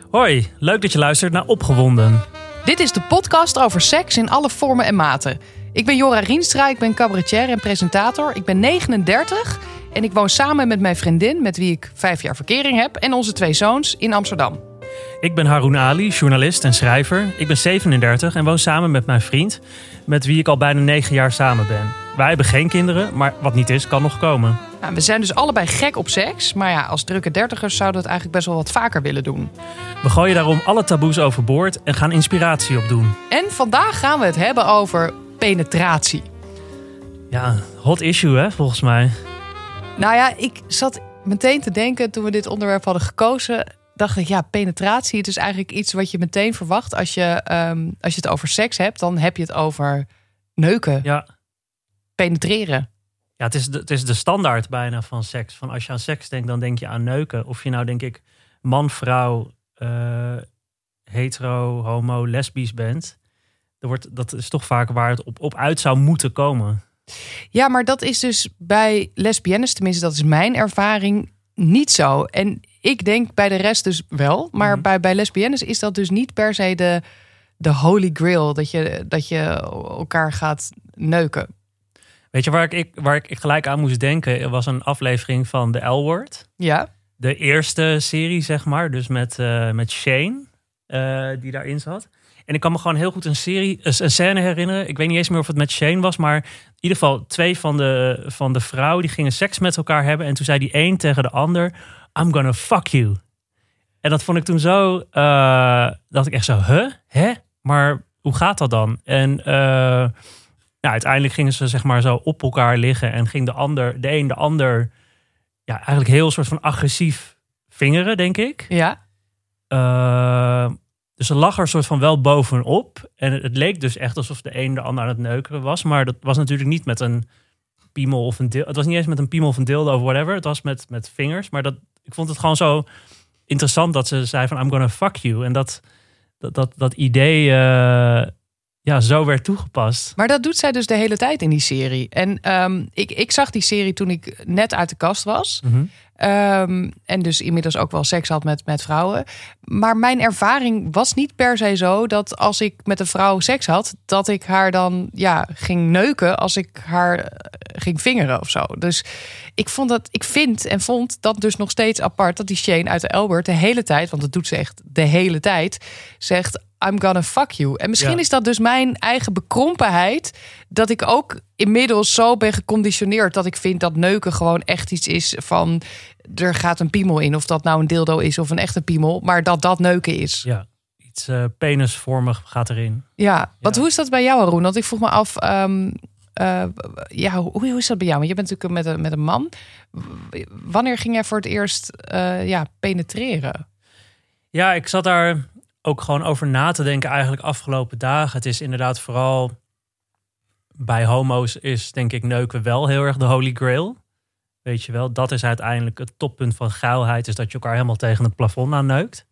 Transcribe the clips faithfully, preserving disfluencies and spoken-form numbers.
Hoi, leuk dat je luistert naar Opgewonden. Dit is de podcast over seks in alle vormen en maten. Ik ben Jora Rienstra, ik ben cabaretier en presentator. Ik ben negenendertig en ik woon samen met mijn vriendin, met wie ik vijf jaar verkering heb, en onze twee zoons in Amsterdam. Ik ben Haroun Ali, journalist en schrijver. Ik ben zevenendertig en woon samen met mijn vriend, met wie ik al bijna negen jaar samen ben. Wij hebben geen kinderen, maar wat niet is, kan nog komen. Nou, we zijn dus allebei gek op seks, maar ja, als drukke dertigers zouden we het eigenlijk best wel wat vaker willen doen. We gooien daarom alle taboes overboord en gaan inspiratie opdoen. En vandaag gaan we het hebben over penetratie. Ja, hot issue hè, volgens mij. Nou ja, ik zat meteen te denken toen we dit onderwerp hadden gekozen, dacht ik, ja, penetratie, het is eigenlijk iets wat je meteen verwacht. Als je, um, als je het over seks hebt, dan heb je het over neuken, Ja, penetreren. ja het, is de, het is de standaard bijna van seks. Van als je aan seks denkt, dan denk je aan neuken. Of je nou denk ik man, vrouw, uh, hetero, homo, lesbisch bent. Er wordt, dat is toch vaak waar het op, op uit zou moeten komen. Ja, maar dat is dus bij lesbiennes, tenminste dat is mijn ervaring, niet zo. En ik denk bij de rest dus wel. Maar mm-hmm. bij, bij lesbiennes is dat dus niet per se de, de holy grail. Dat je, dat je elkaar gaat neuken. Weet je waar ik, waar ik gelijk aan moest denken? Er was een aflevering van de L-Word. Ja. De eerste serie, zeg maar. Dus met, uh, met Shane, uh, die daarin zat. En ik kan me gewoon heel goed een serie, een scène herinneren. Ik weet niet eens meer of het met Shane was. Maar in ieder geval twee van de, van de vrouwen die gingen seks met elkaar hebben. En toen zei die een tegen de ander, I'm gonna fuck you. En dat vond ik toen zo, uh, dacht ik echt zo, huh? Hè? Maar hoe gaat dat dan? En uh, nou, uiteindelijk gingen ze zeg maar zo op elkaar liggen. En ging de ander, de een de ander, ja, eigenlijk heel soort van agressief vingeren, denk ik. Ja. Uh, Dus er lag er soort van wel bovenop. En het, het leek dus echt alsof de een de ander aan het neuken was. Maar dat was natuurlijk niet met een piemel of een deel. Het was niet eens met een piemel of een dildo of whatever. Het was met, met vingers. Maar dat, ik vond het gewoon zo interessant dat ze zei van I'm gonna fuck you. En dat, dat, dat, dat idee uh, ja, zo werd toegepast. Maar dat doet zij dus de hele tijd in die serie. En um, ik, ik zag die serie toen ik net uit de kast was. Mm-hmm. Um, en dus inmiddels ook wel seks had met, met vrouwen. Maar mijn ervaring was niet per se zo dat als ik met een vrouw seks had, dat ik haar dan ja, ging neuken als ik haar ging vingeren of zo. Dus ik vond dat, ik vind en vond dat dus nog steeds apart dat die Shane uit de L-Word de hele tijd, want dat doet ze echt de hele tijd, zegt I'm gonna fuck you. En misschien ja. is dat dus mijn eigen bekrompenheid, dat ik ook inmiddels zo ben geconditioneerd dat ik vind dat neuken gewoon echt iets is van er gaat een piemel in, of dat nou een dildo is of een echte piemel, maar dat dat neuken is. Ja, iets uh, penisvormig gaat erin. Ja, want ja. Hoe is dat bij jou, Haroun? Want ik vroeg me af, um, uh, ja, hoe, hoe is dat bij jou? Want je bent natuurlijk met een, met een man. Wanneer ging jij voor het eerst uh, ja, penetreren? Ja, ik zat daar ook gewoon over na te denken eigenlijk afgelopen dagen. Het is inderdaad vooral bij homo's is denk ik neuken wel heel erg de holy grail. Weet je wel, dat is uiteindelijk het toppunt van geilheid, is dat je elkaar helemaal tegen het plafond aan neukt.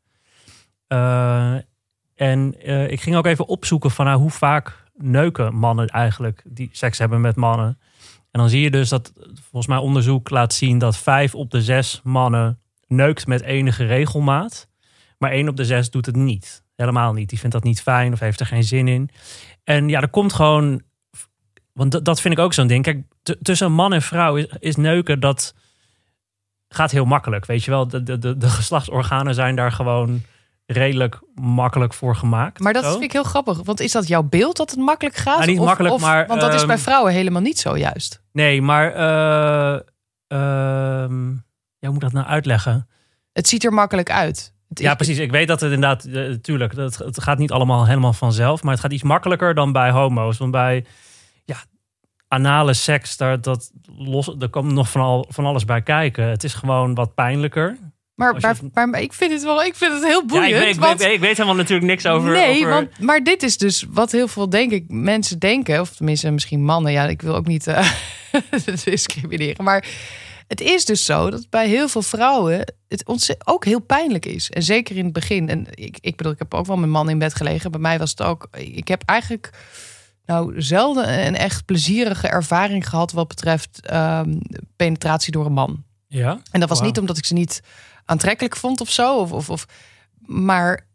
Uh, en uh, ik ging ook even opzoeken van nou, hoe vaak neuken mannen eigenlijk die seks hebben met mannen. En dan zie je dus dat volgens mij onderzoek laat zien dat vijf op de zes mannen neukt met enige regelmaat. Maar één op de zes doet het niet. Helemaal niet. Die vindt dat niet fijn of heeft er geen zin in. En ja, er komt gewoon, want d- dat vind ik ook zo'n ding. Kijk, t- tussen man en vrouw is, is neuken, dat gaat heel makkelijk. Weet je wel, de, de, de geslachtsorganen zijn daar gewoon redelijk makkelijk voor gemaakt. Maar dat zo. vind ik heel grappig. Want is dat jouw beeld dat het makkelijk gaat? Nou, niet of, makkelijk, of, maar want dat um, is bij vrouwen helemaal niet zo juist. Nee, maar uh, uh, ja, hoe moet ik dat nou uitleggen? Het ziet er makkelijk uit. Het ja, is... precies. Ik weet dat het inderdaad, uh, tuurlijk, dat, het gaat niet allemaal helemaal vanzelf, maar het gaat iets makkelijker dan bij homo's. Want bij ja, anale seks, daar, dat los, er komt nog van, al, van alles bij kijken. Het is gewoon wat pijnlijker. Maar, je... maar, maar ik vind het wel, ik vind het heel boeiend. Ja, ik, weet, want... ik, weet, ik weet helemaal natuurlijk niks over. Nee, over... Want, maar dit is dus wat heel veel denk ik mensen denken, of tenminste misschien mannen. Ja, ik wil ook niet uh, discrimineren, maar het is dus zo dat bij heel veel vrouwen het ontze- ook heel pijnlijk is. En zeker in het begin. En ik, ik bedoel, ik heb ook wel met man in bed gelegen. Bij mij was het ook. Ik heb eigenlijk nou zelden een echt plezierige ervaring gehad wat betreft um, penetratie door een man. Ja. En dat was wow. niet omdat ik ze niet aantrekkelijk vond of zo. Of, of, of, maar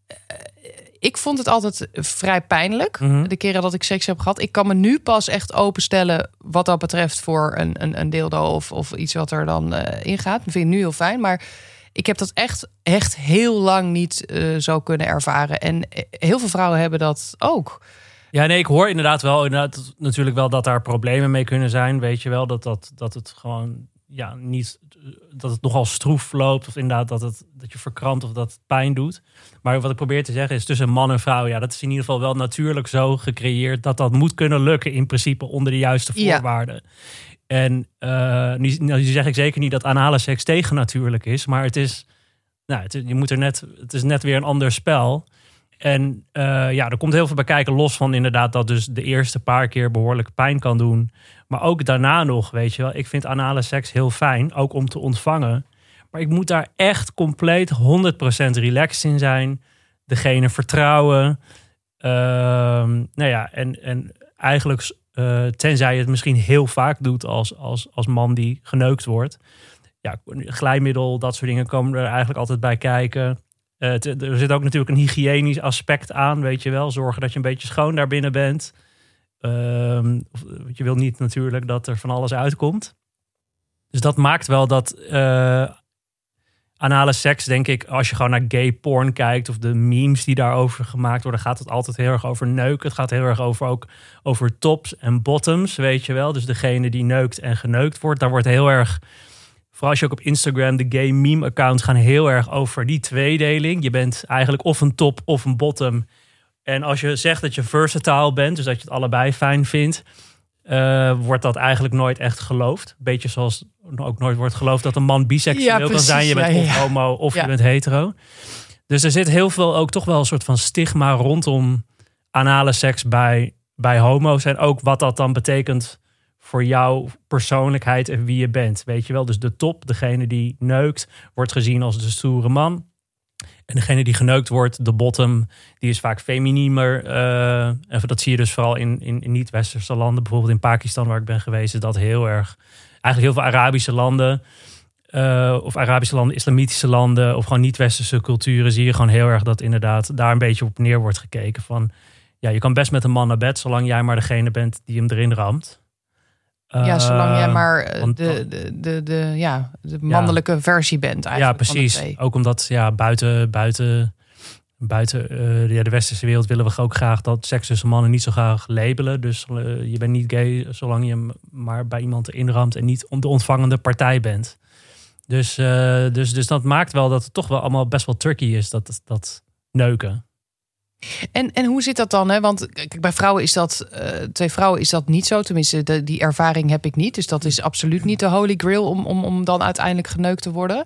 ik vond het altijd vrij pijnlijk. Mm-hmm. De keren dat ik seks heb gehad. Ik kan me nu pas echt openstellen wat dat betreft voor een, een, een dildo of, of iets wat er dan uh, ingaat. Dat vind ik nu heel fijn. Maar ik heb dat echt, echt heel lang niet uh, zo kunnen ervaren. En heel veel vrouwen hebben dat ook. Ja, nee, ik hoor inderdaad wel inderdaad, natuurlijk wel dat daar problemen mee kunnen zijn. Weet je wel, dat, dat, dat het gewoon ja, niet, dat het nogal stroef loopt. Of inderdaad dat, het, dat je verkrampt of dat het pijn doet. Maar wat ik probeer te zeggen is tussen man en vrouw. Ja, dat is in ieder geval wel natuurlijk zo gecreëerd dat dat moet kunnen lukken in principe onder de juiste voorwaarden. Ja. En uh, nu, nu zeg ik zeker niet dat anale seks tegennatuurlijk is. Maar het is, nou, het, je moet er net, het is net weer een ander spel. En uh, ja, er komt heel veel bij kijken, los van inderdaad dat dus de eerste paar keer behoorlijk pijn kan doen. Maar ook daarna nog, weet je wel. Ik vind anale seks heel fijn, ook om te ontvangen. Maar ik moet daar echt compleet honderd procent relaxed in zijn. Degene vertrouwen. Uh, nou ja, en, en eigenlijk, uh, tenzij je het misschien heel vaak doet als, als, als man die geneukt wordt. Ja, glijmiddel, dat soort dingen komen er eigenlijk altijd bij kijken. Uh, te, er zit ook natuurlijk een hygiënisch aspect aan, weet je wel. Zorgen dat je een beetje schoon daar binnen bent. Uh, je wil niet natuurlijk dat er van alles uitkomt. Dus dat maakt wel dat uh, anale seks, denk ik, als je gewoon naar gay porn kijkt of de memes die daarover gemaakt worden, gaat het altijd heel erg over neuken. Het gaat heel erg over ook over tops en bottoms, weet je wel. Dus degene die neukt en geneukt wordt, daar wordt heel erg, vooral als je ook op Instagram, de gay meme accounts gaan heel erg over die tweedeling. Je bent eigenlijk of een top of een bottom. En als je zegt dat je versatile bent, dus dat je het allebei fijn vindt, uh, wordt dat eigenlijk nooit echt geloofd. Beetje zoals ook nooit wordt geloofd dat een man biseksueel ja, kan zijn. Je bent ja, of ja. homo of ja. je bent hetero. Dus er zit heel veel ook toch wel een soort van stigma rondom anale seks bij, bij homo's. En ook wat dat dan betekent voor jouw persoonlijkheid en wie je bent. Weet je wel, dus de top, degene die neukt, wordt gezien als de stoere man. En degene die geneukt wordt, de bottom, die is vaak feminiemer. Uh, en dat zie je dus vooral in, in, in niet-westerse landen. Bijvoorbeeld in Pakistan, waar ik ben geweest, is dat heel erg. Eigenlijk heel veel Arabische landen, uh, of Arabische landen, islamitische landen, of gewoon niet-westerse culturen, zie je gewoon heel erg dat inderdaad daar een beetje op neer wordt gekeken. Van, ja, je kan best met een man naar bed, zolang jij maar degene bent die hem erin ramt. Ja, zolang jij maar uh, de, de, de, de, ja, de mannelijke ja. versie bent eigenlijk. Ja, precies. Ook omdat ja, buiten, buiten, buiten uh, ja, de westerse wereld willen we ook graag dat seks tussen mannen niet zo graag labelen. Dus uh, je bent niet gay zolang je maar bij iemand erin ramt en niet de ontvangende partij bent. Dus, uh, dus, dus dat maakt wel dat het toch wel allemaal best wel tricky is, dat, dat neuken. En, en hoe zit dat dan? Hè? Want kijk, bij vrouwen is dat, uh, twee vrouwen is dat niet zo. Tenminste, de, die ervaring heb ik niet. Dus dat is absoluut niet de holy grail om, om, om dan uiteindelijk geneukt te worden.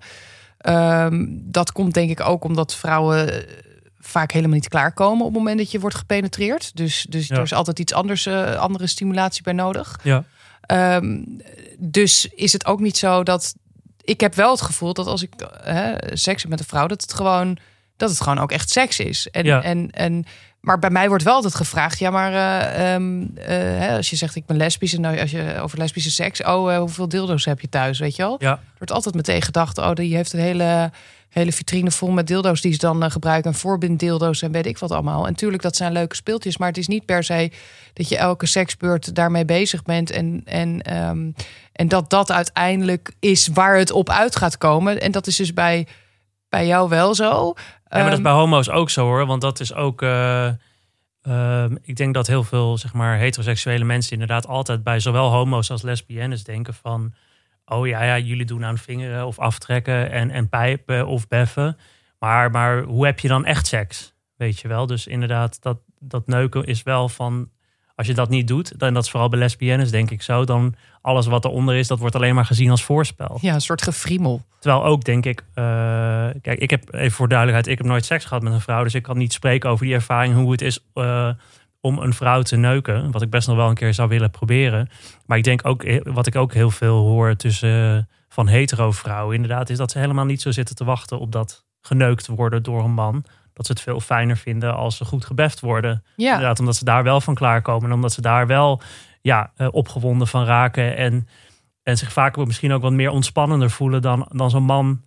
Um, dat komt denk ik ook omdat vrouwen vaak helemaal niet klaarkomen op het moment dat je wordt gepenetreerd. Dus, dus ja. er is altijd iets anders, uh, andere stimulatie bij nodig. Ja. Um, dus is het ook niet zo dat... Ik heb wel het gevoel dat als ik uh, seks heb met een vrouw, dat het gewoon... dat het gewoon ook echt seks is. En, ja. en, en, maar bij mij wordt wel altijd gevraagd... ja, maar uh, um, uh, hè, als je zegt ik ben lesbisch... en nou, als je over lesbische seks... oh, uh, hoeveel dildo's heb je thuis, weet je wel? Ja. Er wordt altijd meteen gedacht... oh, die heeft een hele, hele vitrine vol met dildo's... die ze dan uh, gebruiken en voorbinddildo's... en weet ik wat allemaal. En tuurlijk, dat zijn leuke speeltjes... maar het is niet per se dat je elke seksbeurt daarmee bezig bent... en, en, um, en dat dat uiteindelijk is waar het op uit gaat komen. En dat is dus bij, bij jou wel zo... Ja, maar dat is bij homo's ook zo hoor. Want dat is ook... Uh, uh, ik denk dat heel veel zeg maar heteroseksuele mensen inderdaad altijd bij zowel homo's als lesbiennes denken van... oh ja, ja, jullie doen aan vingeren of aftrekken en, en pijpen of beffen. Maar, maar hoe heb je dan echt seks? Weet je wel? Dus inderdaad, dat, dat neuken is wel van... als je dat niet doet, dan dat is vooral bij lesbiennes denk ik zo... dan alles wat eronder is, dat wordt alleen maar gezien als voorspel. Ja, een soort gefriemel. Terwijl ook denk ik... Uh, kijk, ik heb even voor duidelijkheid... ik heb nooit seks gehad met een vrouw... dus ik kan niet spreken over die ervaring... hoe het is uh, om een vrouw te neuken. Wat ik best nog wel een keer zou willen proberen. Maar ik denk ook... wat ik ook heel veel hoor tussen... Uh, van hetero vrouwen inderdaad... is dat ze helemaal niet zo zitten te wachten... op dat geneukt worden door een man... dat ze het veel fijner vinden als ze goed gebeft worden. Ja. Inderdaad, omdat ze daar wel van klaarkomen. En omdat ze daar wel ja, uh, opgewonden van raken. En, en zich vaak misschien ook wat meer ontspannender voelen dan, dan zo'n man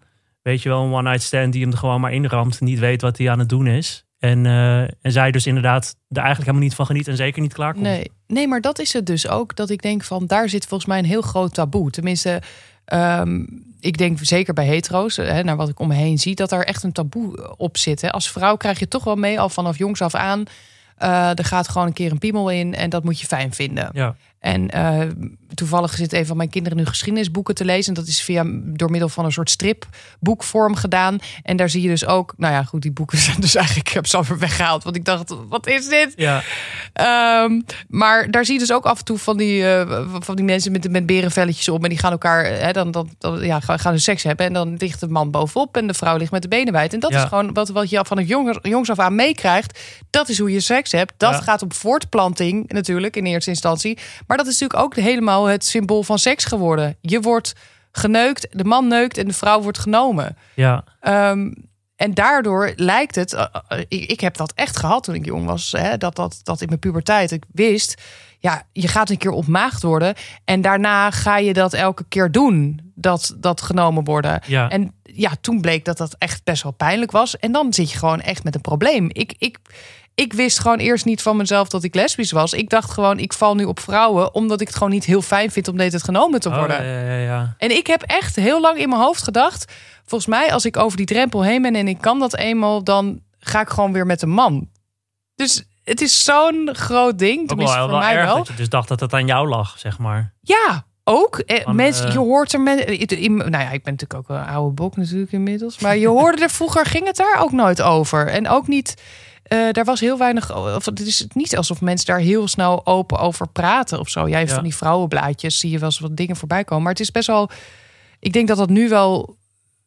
weet je wel, een one-night stand die hem er gewoon maar inramt. Niet weet wat hij aan het doen is. En, uh, en zij dus inderdaad er eigenlijk helemaal niet van geniet en zeker niet klaar komt. Nee, nee, maar dat is het dus ook. Dat ik denk van, daar zit volgens mij een heel groot taboe. Tenminste, um, ik denk zeker bij hetero's, hè, naar wat ik om me heen zie, dat daar echt een taboe op zit. Hè. Als vrouw krijg je toch wel mee, al vanaf jongs af aan. Uh, er gaat gewoon een keer een piemel in en dat moet je fijn vinden. Ja. En uh, toevallig zit een van mijn kinderen nu geschiedenisboeken te lezen. En dat is via door middel van een soort stripboekvorm gedaan. En daar zie je dus ook, nou ja, goed, die boeken zijn dus eigenlijk, ik heb ze alweer weggehaald. Want ik dacht, wat is dit? Ja. Um, maar daar zie je dus ook af en toe van die, uh, van die mensen met, met berenvelletjes op. En die gaan elkaar, hè, dan, dan, dan ja, gaan hun seks hebben. En dan ligt de man bovenop en de vrouw ligt met de benen wijd. En dat ja. is gewoon wat, wat je van het jongs, jongs af aan meekrijgt. Dat is hoe je seks hebt. Dat ja. gaat om voortplanting natuurlijk in eerste instantie. Maar dat is natuurlijk ook helemaal het symbool van seks geworden. Je wordt geneukt, de man neukt en de vrouw wordt genomen. Ja. Um, en daardoor lijkt het... Uh, ik, ik heb dat echt gehad toen ik jong was. Hè, dat, dat, dat in mijn puberteit. Ik wist, ja, je gaat een keer ontmaagd worden. En daarna ga je dat elke keer doen. Dat, dat genomen worden. Ja. En ja, toen bleek dat dat echt best wel pijnlijk was. En dan zit je gewoon echt met een probleem. Ik... ik Ik wist gewoon eerst niet van mezelf dat ik lesbisch was. Ik dacht gewoon, ik val nu op vrouwen, omdat ik het gewoon niet heel fijn vind om deze genomen te worden. Oh, ja, ja, ja. En ik heb echt heel lang in mijn hoofd gedacht, volgens mij als ik over die drempel heen ben en ik kan dat eenmaal, dan ga ik gewoon weer met een man. Dus het is zo'n groot ding. Tenminste, wel, voor wel mij erg wel. Dat je dus dacht dat het aan jou lag, zeg maar. Ja, ook. Van, mensen, uh... je hoort er met, in, nou ja, ik ben natuurlijk ook een oude bok natuurlijk inmiddels, maar je hoorde er vroeger, ging het daar ook nooit over. En ook niet. Uh, daar was heel weinig. Of het is niet alsof mensen daar heel snel open over praten of zo. Jij hebt ja. van die vrouwenblaadjes, zie je wel eens wat dingen voorbij komen. Maar het is best wel. Ik denk dat dat nu wel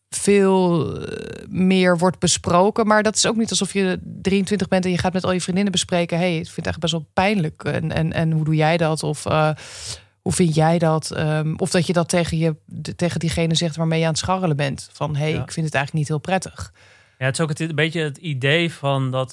veel meer wordt besproken. Maar dat is ook niet alsof je drieëntwintig bent en je gaat met al je vriendinnen bespreken. Hey, ik vind het eigenlijk best wel pijnlijk. En, en, en hoe doe jij dat? Of uh, hoe vind jij dat? Um, of dat je dat tegen, je, tegen diegene zegt waarmee je aan het scharrelen bent. Van hey, ja. ik vind het eigenlijk niet heel prettig. Ja, het is ook het, een beetje het idee van dat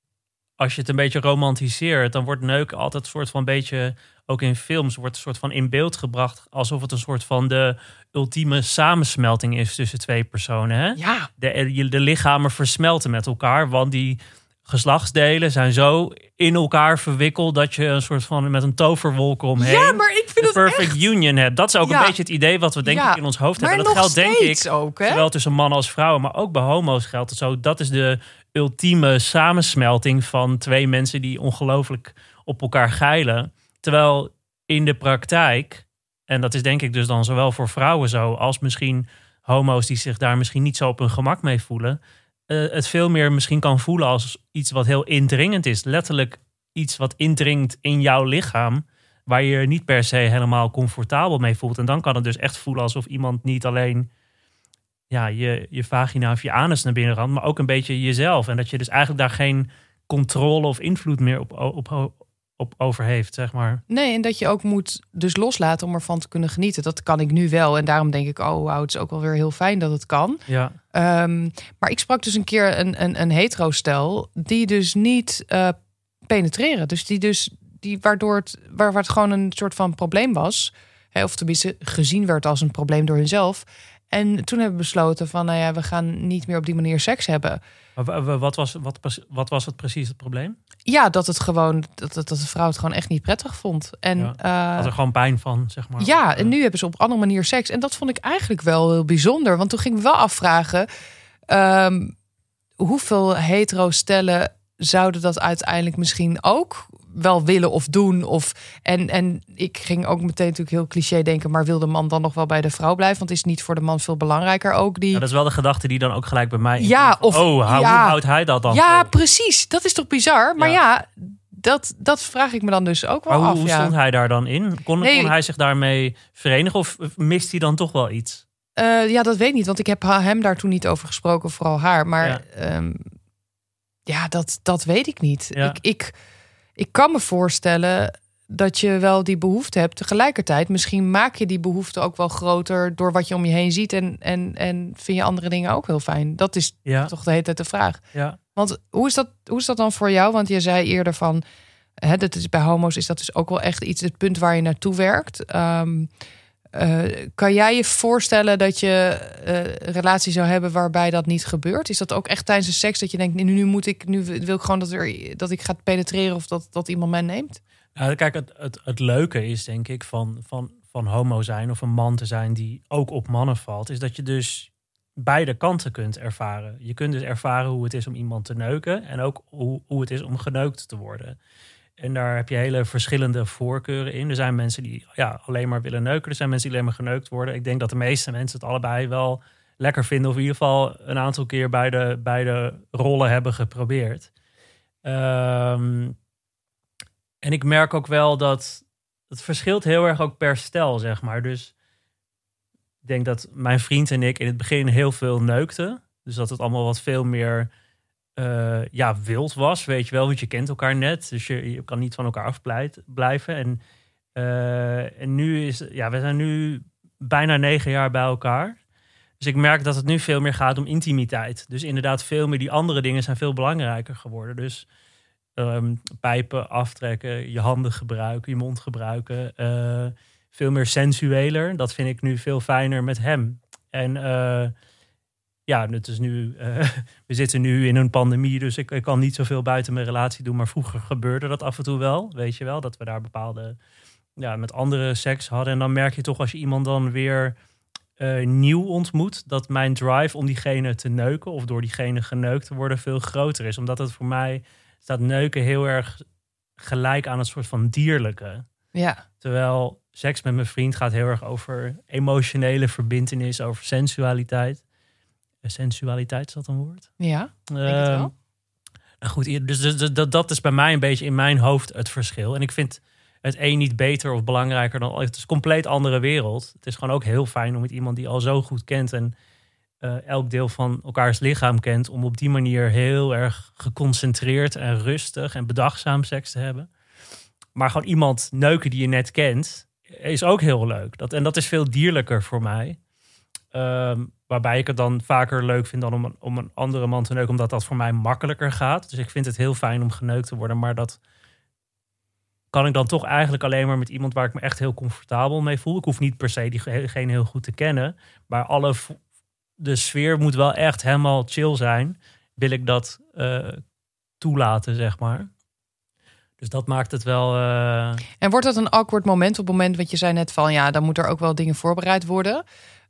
als je het een beetje romantiseert, dan wordt neuken altijd een soort van beetje, ook in films, wordt een soort van in beeld gebracht alsof het een soort van de ultieme samensmelting is tussen twee personen. Hè? Ja. De, de lichamen versmelten met elkaar, want die geslachtsdelen zijn zo in elkaar verwikkeld dat je een soort van met een toverwolk omheen ja, maar ik vind de het perfect echt... union hebt. Dat is ook ja. een beetje het idee wat we denk ja. ik in ons hoofd maar hebben. Dat geldt denk ik ook, hè? zowel tussen mannen als vrouwen, maar ook bij homo's geldt het zo. Dat is de ultieme samensmelting van twee mensen die ongelooflijk op elkaar geilen. Terwijl in de praktijk, en dat is denk ik dus dan zowel voor vrouwen zo als misschien homo's die zich daar misschien niet zo op hun gemak mee voelen, uh, het veel meer misschien kan voelen als iets wat heel indringend is. Letterlijk iets wat indringt in jouw lichaam, waar je je niet per se helemaal comfortabel mee voelt. En dan kan het dus echt voelen alsof iemand niet alleen ja, je, je vagina of je anus naar binnen ramt, maar ook een beetje jezelf. En dat je dus eigenlijk daar geen controle of invloed meer op, op, op over heeft, zeg maar. Nee, en dat je ook moet dus loslaten om ervan te kunnen genieten. Dat kan ik nu wel. En daarom denk ik, oh wauw, het is ook wel weer heel fijn dat het kan. Ja. Um, maar ik sprak dus een keer een, een, een hetero-stel die dus niet uh, penetreren. Dus die dus, die waardoor het, waar, waar het gewoon een soort van probleem was. Hè, of tenminste gezien werd als een probleem door hunzelf. En toen hebben we besloten van, nou ja, we gaan niet meer op die manier seks hebben. Maar wat was, wat, wat was het precies het probleem? Ja, dat het gewoon, dat, dat de vrouw het gewoon echt niet prettig vond. En ja, had er gewoon pijn van, zeg maar. Ja, en nu hebben ze op een andere manier seks. En dat vond ik eigenlijk wel heel bijzonder. Want toen ging ik wel afvragen, um, hoeveel hetero stellen zouden dat uiteindelijk misschien ook wel willen of doen. Of, en, en ik ging ook meteen natuurlijk heel cliché denken, maar wil de man dan nog wel bij de vrouw blijven? Want is het niet voor de man veel belangrijker ook? Die... Ja, dat is wel de gedachte die dan ook gelijk bij mij... Ja, of, oh, hoe ja, houdt hij dat dan? Ja, vol? precies. Dat is toch bizar? Maar ja, ja dat, dat vraag ik me dan dus ook wel maar af. Hoe, hoe ja. stond hij daar dan in? Kon, nee, kon hij zich daarmee verenigen of mist hij dan toch wel iets? Uh, ja, dat weet ik niet, want ik heb hem daar toen niet over gesproken, vooral haar. Maar ja, um, ja dat, dat weet ik niet. Ja. Ik, ik, ik kan me voorstellen dat je wel die behoefte hebt. Tegelijkertijd, misschien maak je die behoefte ook wel groter door wat je om je heen ziet. En, en, en vind je andere dingen ook heel fijn. Dat is ja. toch de hele tijd de vraag. Ja. Want hoe is, dat, hoe is dat dan voor jou? Want je zei eerder van, hè, dat is, bij homo's is dat dus ook wel echt iets, het punt waar je naartoe werkt. Um, Uh, kan jij je voorstellen dat je uh, een relatie zou hebben waarbij dat niet gebeurt? Is dat ook echt tijdens de seks dat je denkt, nu, nu moet ik, nu wil ik gewoon dat, er, dat ik ga penetreren of dat, dat iemand mij neemt? Nou, kijk, het, het, het leuke is denk ik van, van, van homo zijn of een man te zijn die ook op mannen valt, is dat je dus beide kanten kunt ervaren. Je kunt dus ervaren hoe het is om iemand te neuken en ook hoe, hoe het is om geneukt te worden. En daar heb je hele verschillende voorkeuren in. Er zijn mensen die ja, alleen maar willen neuken. Er zijn mensen die alleen maar geneukt worden. Ik denk dat de meeste mensen het allebei wel lekker vinden. Of in ieder geval een aantal keer beide, beide rollen hebben geprobeerd. Um, en ik merk ook wel dat het verschilt heel erg ook per stel, zeg maar. Dus ik denk dat mijn vriend en ik in het begin heel veel neukten. Dus dat het allemaal wat veel meer Uh, ja, wild was, weet je wel, want je kent elkaar net, dus je, je kan niet van elkaar afblijven. En, uh, en nu is, ja, we zijn nu bijna negen jaar bij elkaar. Dus ik merk dat het nu veel meer gaat om intimiteit. Dus inderdaad, veel meer die andere dingen zijn veel belangrijker geworden. Dus um, pijpen, aftrekken, je handen gebruiken, je mond gebruiken. Uh, veel meer sensueler. Dat vind ik nu veel fijner met hem. En uh, ja, het is nu, uh, we zitten nu in een pandemie, dus ik, ik kan niet zoveel buiten mijn relatie doen. Maar vroeger gebeurde dat af en toe wel, weet je wel. Dat we daar bepaalde, ja, met andere seks hadden. En dan merk je toch als je iemand dan weer uh, nieuw ontmoet, dat mijn drive om diegene te neuken of door diegene geneukt te worden veel groter is. Omdat het voor mij staat neuken heel erg gelijk aan een soort van dierlijke. Ja. Terwijl seks met mijn vriend gaat heel erg over emotionele verbintenis, over sensualiteit. Sensualiteit, is dat een woord? Ja, denk uh, het wel. Nou goed, dus, dus, dus dat, dat is bij mij een beetje in mijn hoofd het verschil. En ik vind het een niet beter of belangrijker dan... Het is een compleet andere wereld. Het is gewoon ook heel fijn om met iemand die al zo goed kent en uh, elk deel van elkaars lichaam kent, om op die manier heel erg geconcentreerd en rustig en bedachtzaam seks te hebben. Maar gewoon iemand neuken die je net kent, is ook heel leuk. Dat, en dat is veel dierlijker voor mij. Um, waarbij ik het dan vaker leuk vind dan om een, om een andere man te neuken, omdat dat voor mij makkelijker gaat. Dus ik vind het heel fijn om geneukt te worden, maar dat kan ik dan toch eigenlijk alleen maar met iemand waar ik me echt heel comfortabel mee voel. Ik hoef niet per se diegene heel goed te kennen, maar alle, de sfeer moet wel echt helemaal chill zijn. Wil ik dat uh, toelaten, zeg maar. Dus dat maakt het wel... Uh... En wordt dat een awkward moment op het moment, want je zei net van, ja, dan moet er ook wel dingen voorbereid worden.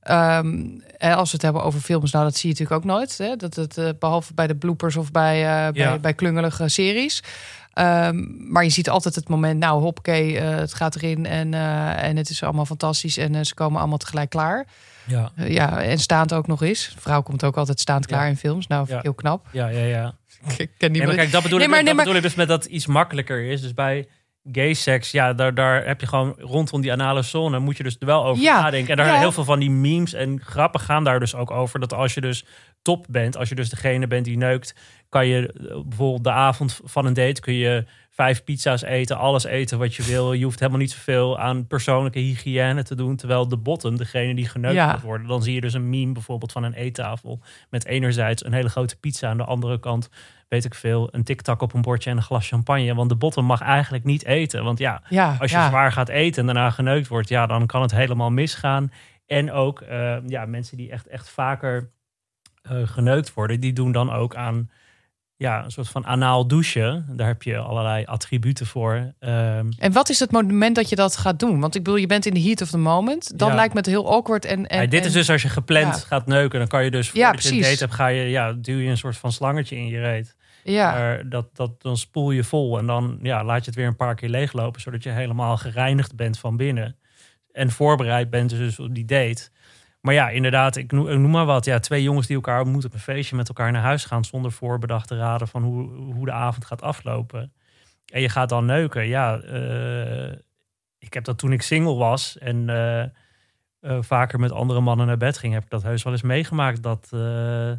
Um, als we het hebben over films, nou dat zie je natuurlijk ook nooit. Hè? Dat het, uh, behalve bij de bloopers of bij, uh, ja. bij, bij klungelige series. Um, maar je ziet altijd het moment, nou hoppakee, uh, het gaat erin en, uh, en het is allemaal fantastisch en uh, ze komen allemaal tegelijk klaar. Ja. Uh, ja, en staand ook nog eens. De vrouw komt ook altijd staand klaar ja. in films. Nou, vind ik ja. heel knap. Ja, ja, ja. Ik ken die nee, maar kijk, dat bedoel, nee, ik, maar, dat nee, maar... bedoel ik dus met dat iets makkelijker is. Dus bij gay seks, ja, daar, daar heb je gewoon rondom die anale zone, moet je dus er wel over ja, nadenken. En daar ja. heel veel van die memes en grappen gaan daar dus ook over. Dat als je dus top bent, als je dus degene bent die neukt, kan je bijvoorbeeld de avond van een date, kun je vijf pizza's eten, alles eten wat je wil. Je hoeft helemaal niet zoveel aan persoonlijke hygiëne te doen. Terwijl de bottom, degene die geneukt ja. moet worden, dan zie je dus een meme bijvoorbeeld van een eettafel met enerzijds een hele grote pizza, aan de andere kant, weet ik veel, een tiktak op een bordje en een glas champagne. Want de bottom mag eigenlijk niet eten. Want ja, ja als je ja. zwaar gaat eten en daarna geneukt wordt, ja, dan kan het helemaal misgaan. En ook uh, ja, mensen die echt, echt vaker uh, geneukt worden, die doen dan ook aan ja, een soort van anaal douchen. Daar heb je allerlei attributen voor. Um, en wat is het moment dat je dat gaat doen? Want ik bedoel, je bent in de heat of the moment. Dan ja. lijkt me het heel awkward. En, en, ja, dit en, is dus als je gepland ja. gaat neuken, dan kan je dus ja, voordat je een date hebt, ga je, ja, duw je een soort van slangetje in je reet. Ja. Maar dat, dat, dan spoel je vol en dan ja, laat je het weer een paar keer leeglopen, zodat je helemaal gereinigd bent van binnen. En voorbereid bent dus op die date. Maar ja, inderdaad, ik noem, ik noem maar wat. Ja, twee jongens die elkaar ontmoeten op een feestje, met elkaar naar huis gaan zonder voorbedachte raden van hoe, hoe de avond gaat aflopen. En je gaat dan neuken. Ja, uh, ik heb dat toen ik single was en uh, uh, vaker met andere mannen naar bed ging, heb ik dat heus wel eens meegemaakt. Dat, uh,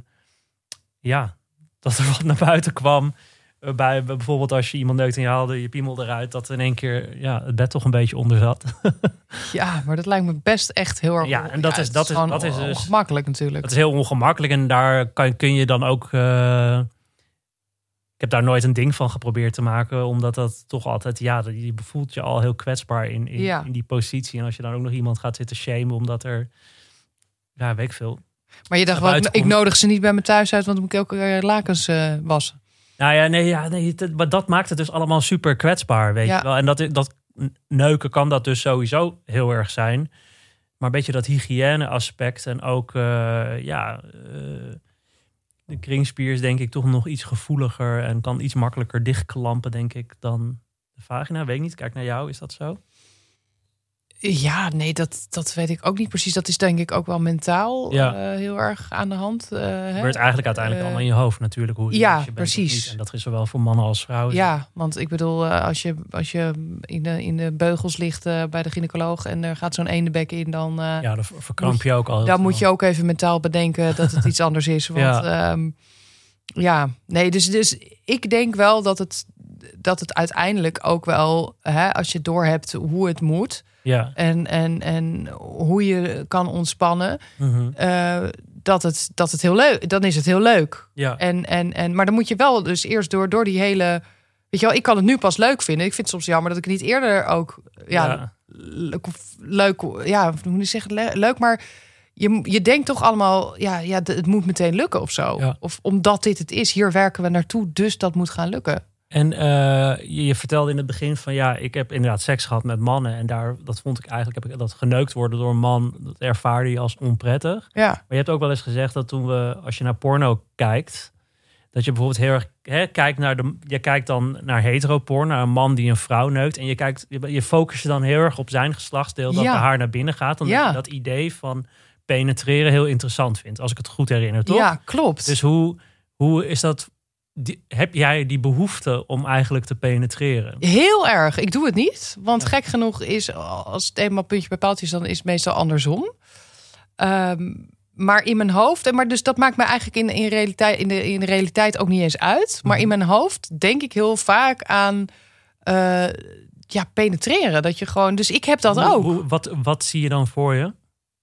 ja, dat er wat naar buiten kwam. Uh, bij bijvoorbeeld als je iemand neukt en je haalde je piemel eruit, dat in één keer ja, het bed toch een beetje onder zat. Ja, maar dat lijkt me best echt heel erg. Ja, en dat ja, is dat is dat is is dus ongemakkelijk natuurlijk. Dat is heel ongemakkelijk en daar kan, kun je dan ook uh, heb daar nooit een ding van geprobeerd te maken. Omdat dat toch altijd... Ja, je voelt je al heel kwetsbaar in, in, Ja. in die positie. En als je dan ook nog iemand gaat zitten shamen... omdat er... Ja, weet ik veel. Maar je dacht wel, ik, ik nodig ze niet bij me thuis uit... want dan moet ik ook uh, lakens uh, wassen. Nou ja, nee, ja, nee het, maar dat maakt het dus allemaal super kwetsbaar, weet Ja. je wel. En dat, dat neuken kan dat dus sowieso heel erg zijn. Maar een beetje dat hygiëne aspect en ook... Uh, ja, uh, de kringspier is denk ik toch nog iets gevoeliger... en kan iets makkelijker dichtklampen, denk ik, dan de vagina. Weet ik niet, kijk naar jou, is dat zo? Ja, nee, dat, dat weet ik ook niet precies. Dat is denk ik ook wel mentaal ja. uh, heel erg aan de hand. Uh, het gebeurt eigenlijk uiteindelijk uh, allemaal in je hoofd natuurlijk. Hoe je, ja, je bent precies. En dat is zowel voor mannen als vrouwen. Ja, want ik bedoel, uh, als je, als je in, de, in de beugels ligt uh, bij de gynaecoloog... en er gaat zo'n eendenbek in, dan... Uh, ja, dan verkramp je ook al. Dan moet je ook even mentaal bedenken dat het iets anders is. Want ja, um, ja nee, dus, dus ik denk wel dat het, dat het uiteindelijk ook wel... Hè, als je doorhebt hoe het moet... Ja. En, en, en hoe je kan ontspannen. Mm-hmm. Uh, dat, het, dat het heel leuk. Dan is het heel leuk. Ja. En, en, en, maar dan moet je wel dus eerst door, door die hele. Weet je wel, ik kan het nu pas leuk vinden. Ik vind het soms jammer dat ik het niet eerder ook. Ja, ja. leuk. leuk ja, hoe moet je zeggen? Le- leuk, maar je, je denkt toch allemaal. Ja, ja, het moet meteen lukken of zo. Ja. Of omdat dit het is, hier werken we naartoe. Dus dat moet gaan lukken. En uh, je, je vertelde in het begin van ja, ik heb inderdaad seks gehad met mannen. En daar, dat vond ik eigenlijk, heb ik dat geneukt worden door een man, dat ervaarde je als onprettig. Ja. Maar je hebt ook wel eens gezegd dat toen we, als je naar porno kijkt, dat je bijvoorbeeld heel erg hè, kijkt naar de, je kijkt dan naar heteroporn, naar een man die een vrouw neukt. En je kijkt, je, je focust je dan heel erg op zijn geslachtsdeel, dat ja. bij haar naar binnen gaat. Omdat ja. je dat idee van penetreren heel interessant vindt, als ik het goed herinner, toch? Ja, klopt. Dus hoe, hoe is dat... Die, heb jij die behoefte om eigenlijk te penetreren? Heel erg. Ik doe het niet. Want ja. gek genoeg is, als het eenmaal puntje bij paaltje is, dan is het meestal andersom. Um, maar in mijn hoofd, en maar dus dat maakt me eigenlijk in, in, realiteit, in, de, in de realiteit ook niet eens uit. Maar mm-hmm. in mijn hoofd denk ik heel vaak aan uh, ja, penetreren. Dat je gewoon, dus ik heb dat hoe, ook. Hoe, wat, wat zie je dan voor je?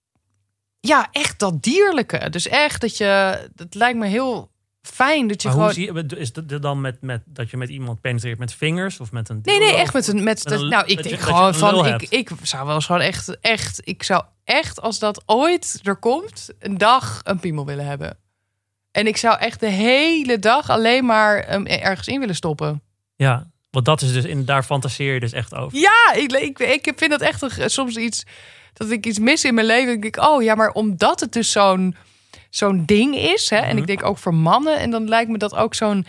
Ja, echt dat dierlijke. Dus echt dat je, dat lijkt me heel... Fijn dat je maar gewoon. Hoe zie je, is het dan met, met dat je met iemand penetreert met vingers of met een. Nee, nee, echt met een. Met, met een, nou, ik denk gewoon van. Ik, ik zou wel eens gewoon echt, echt. Ik zou echt, als dat ooit er komt, een dag een piemel willen hebben. En ik zou echt de hele dag alleen maar um, ergens in willen stoppen. Ja, want dat is dus in daar fantaseer je dus echt over. Ja, ik, ik, ik vind dat echt een, soms iets dat ik iets mis in mijn leven. Ik denk, oh ja, maar omdat het dus zo'n. zo'n ding is. Hè? Mm-hmm. En ik denk ook voor mannen. En dan lijkt me dat ook zo'n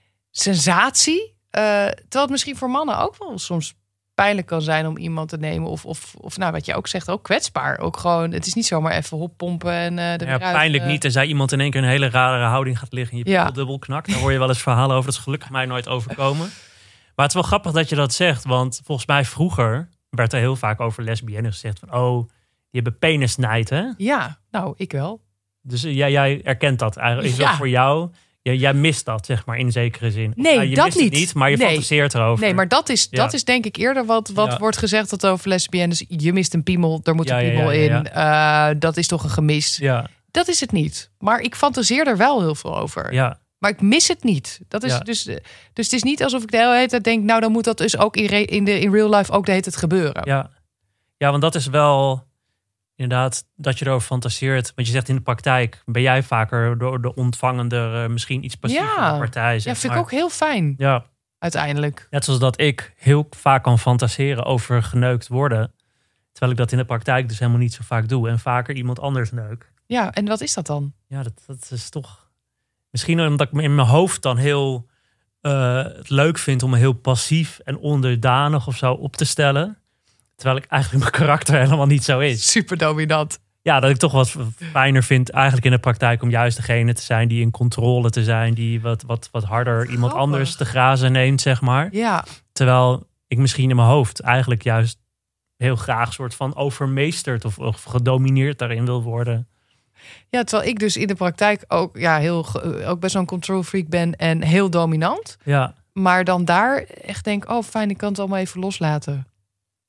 sensatie. Uh, terwijl het misschien voor mannen ook wel soms pijnlijk kan zijn om iemand te nemen. Of, of, of nou, wat je ook zegt, ook kwetsbaar. Ook gewoon, het is niet zomaar even hoppompen. En, uh, de ja, pijnlijk uh... niet. Tenzij iemand in één keer een hele rare houding gaat liggen. En je ja. dubbel knakt. Daar hoor je wel eens verhalen over. Dat is gelukkig mij nooit overkomen. Maar het is wel grappig dat je dat zegt. Want volgens mij vroeger werd er heel vaak over lesbiennes gezegd. Van, oh, die hebben penisnijd, hè? Ja, nou, ik wel. Dus jij, jij erkent dat eigenlijk. Is ja. dat voor jou? Jij, jij mist dat, zeg maar, in zekere zin. Nee, nou, je dat mist niet. Het niet. Maar je nee. fantaseert erover. Nee, maar dat is, ja. dat is denk ik eerder wat, wat ja. wordt gezegd dat over lesbiennes. Je mist een piemel, er moet ja, een piemel ja, ja, ja, ja. in. Uh, dat is toch een gemis. Ja. Dat is het niet. Maar ik fantaseer er wel heel veel over. Ja. Maar ik mis het niet. Dat is ja. dus, dus het is niet alsof ik de hele tijd denk, nou dan moet dat dus ook in, re, in, de, in real life ook de hele tijd gebeuren. Ja. ja, want dat is wel... Inderdaad, dat je erover fantaseert. Want je zegt in de praktijk, ben jij vaker door de ontvangende, misschien iets passieve ja. partij. Zeg ja, vind maar. ik ook heel fijn. Ja. Uiteindelijk. Net zoals dat ik heel vaak kan fantaseren over geneukt worden. Terwijl ik dat in de praktijk dus helemaal niet zo vaak doe. En vaker iemand anders neuk. Ja, en wat is dat dan? Ja, dat, dat is toch... Misschien omdat ik me in mijn hoofd dan heel uh, het leuk vind om me heel passief en onderdanig of zo op te stellen. Terwijl ik eigenlijk mijn karakter helemaal niet zo is. Super dominant. Ja, dat ik toch wat fijner vind eigenlijk in de praktijk om juist degene te zijn die in controle te zijn. Die wat, wat, wat harder Grappig. iemand anders te grazen neemt, zeg maar. Ja. Terwijl ik misschien in mijn hoofd eigenlijk juist heel graag soort van overmeesterd of, of gedomineerd daarin wil worden. Ja, terwijl ik dus in de praktijk ook, ja, heel, ook best wel een control freak ben en heel dominant. Ja. Maar dan daar echt denk, oh fijn, ik kan het allemaal even loslaten.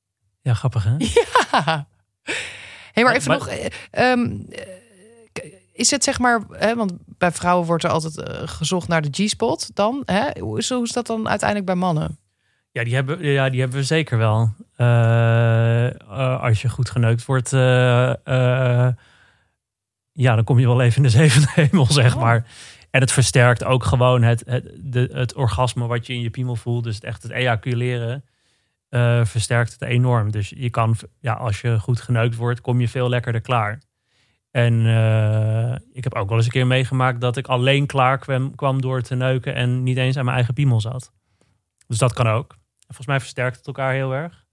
Ja, grappig hè? Ja. Hé, hey, maar even maar, nog... Um, is het zeg maar, hè, want bij vrouwen wordt er altijd uh, gezocht naar de G-spot dan. Hè? Hoe, is, hoe is dat dan uiteindelijk bij mannen? Ja, die hebben, ja, die hebben we zeker wel. Uh, uh, als je goed geneukt wordt, uh, uh, ja, dan kom je wel even in de zevende hemel, zeg maar. Oh. En het versterkt ook gewoon het, het, de, het orgasme wat je in je piemel voelt. Dus het echt het ejaculeren uh, versterkt het enorm. Dus je kan, ja, als je goed geneukt wordt, kom je veel lekkerder klaar. En uh, ik heb ook wel eens een keer meegemaakt dat ik alleen klaar kwam, kwam door te neuken en niet eens aan mijn eigen piemel zat. Dus dat kan ook. Volgens mij versterkt het elkaar heel erg.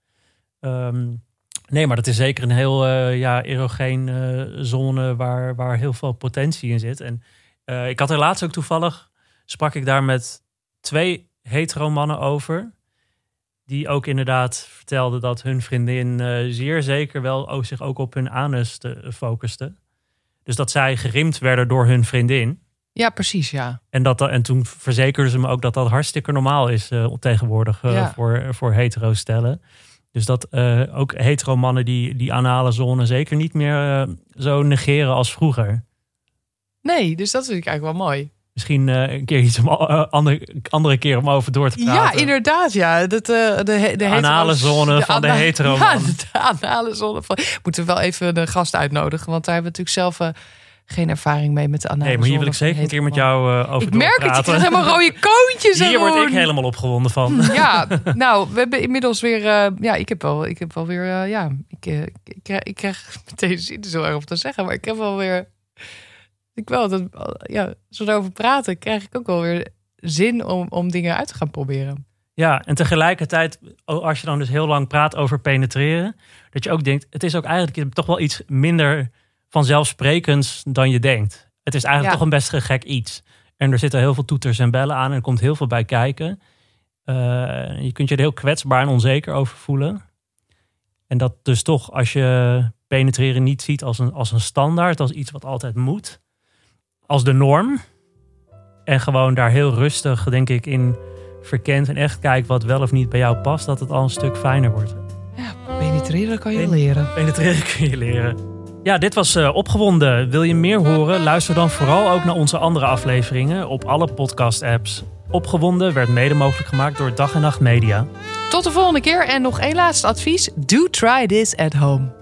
Um, nee, maar dat is zeker een heel uh, ja, erogeen uh, zone waar, waar heel veel potentie in zit. En uh, ik had er laatst ook toevallig, sprak ik daar met twee hetero mannen over. Die ook inderdaad vertelden dat hun vriendin uh, zeer zeker wel ook, zich ook op hun anus te, uh, focuste. Dus dat zij gerimd werden door hun vriendin. Ja, precies, ja. En, dat, en toen verzekerden ze me ook dat dat hartstikke normaal is uh, tegenwoordig uh, ja. voor, voor hetero stellen. Dus dat uh, ook hetero mannen die, die anale zone zeker niet meer uh, zo negeren als vroeger. Nee, dus dat vind ik eigenlijk wel mooi. Misschien uh, een keer iets om uh, andere, andere keer om over door te praten. Ja, inderdaad, ja. Dat, uh, de, de, de anale zone de van ana- de hetero man. Ja, de anale zone van... Moeten we wel even de gast uitnodigen, want daar hebben we natuurlijk zelf... Uh, geen ervaring mee met de anale. Nee, maar hier wil ik zeker een keer met jou uh, over ik merk praten. Het, je krijgt helemaal rode koontjes. Hier word ik helemaal opgewonden van. Ja, nou, we hebben inmiddels weer... Uh, ja, ik heb wel, ik heb wel weer... Uh, ja, ik, uh, ik, krijg, ik krijg meteen zin zo erg om te zeggen, maar ik heb wel weer... Ik wel, dat, ja, zo daarover praten, krijg ik ook wel weer zin om, om dingen uit te gaan proberen. Ja, en tegelijkertijd, als je dan dus heel lang praat over penetreren, dat je ook denkt, het is ook eigenlijk toch wel iets minder vanzelfsprekends dan je denkt. Het is eigenlijk ja. toch een best gek iets. En er zitten heel veel toeters en bellen aan en er komt heel veel bij kijken. Uh, je kunt je er heel kwetsbaar en onzeker over voelen. En dat dus toch, als je penetreren niet ziet als een, als een standaard, als iets wat altijd moet, als de norm. En gewoon daar heel rustig, denk ik, in verkent en echt kijkt wat wel of niet bij jou past, dat het al een stuk fijner wordt. Ja, penetreren kan je Pen- leren. Penetreren kun je leren. Ja, dit was uh, Opgewonden. Wil je meer horen? Luister dan vooral ook naar onze andere afleveringen op alle podcast-apps. Opgewonden werd mede mogelijk gemaakt door Dag en Nacht Media. Tot de volgende keer en nog één laatste advies. Do try this at home.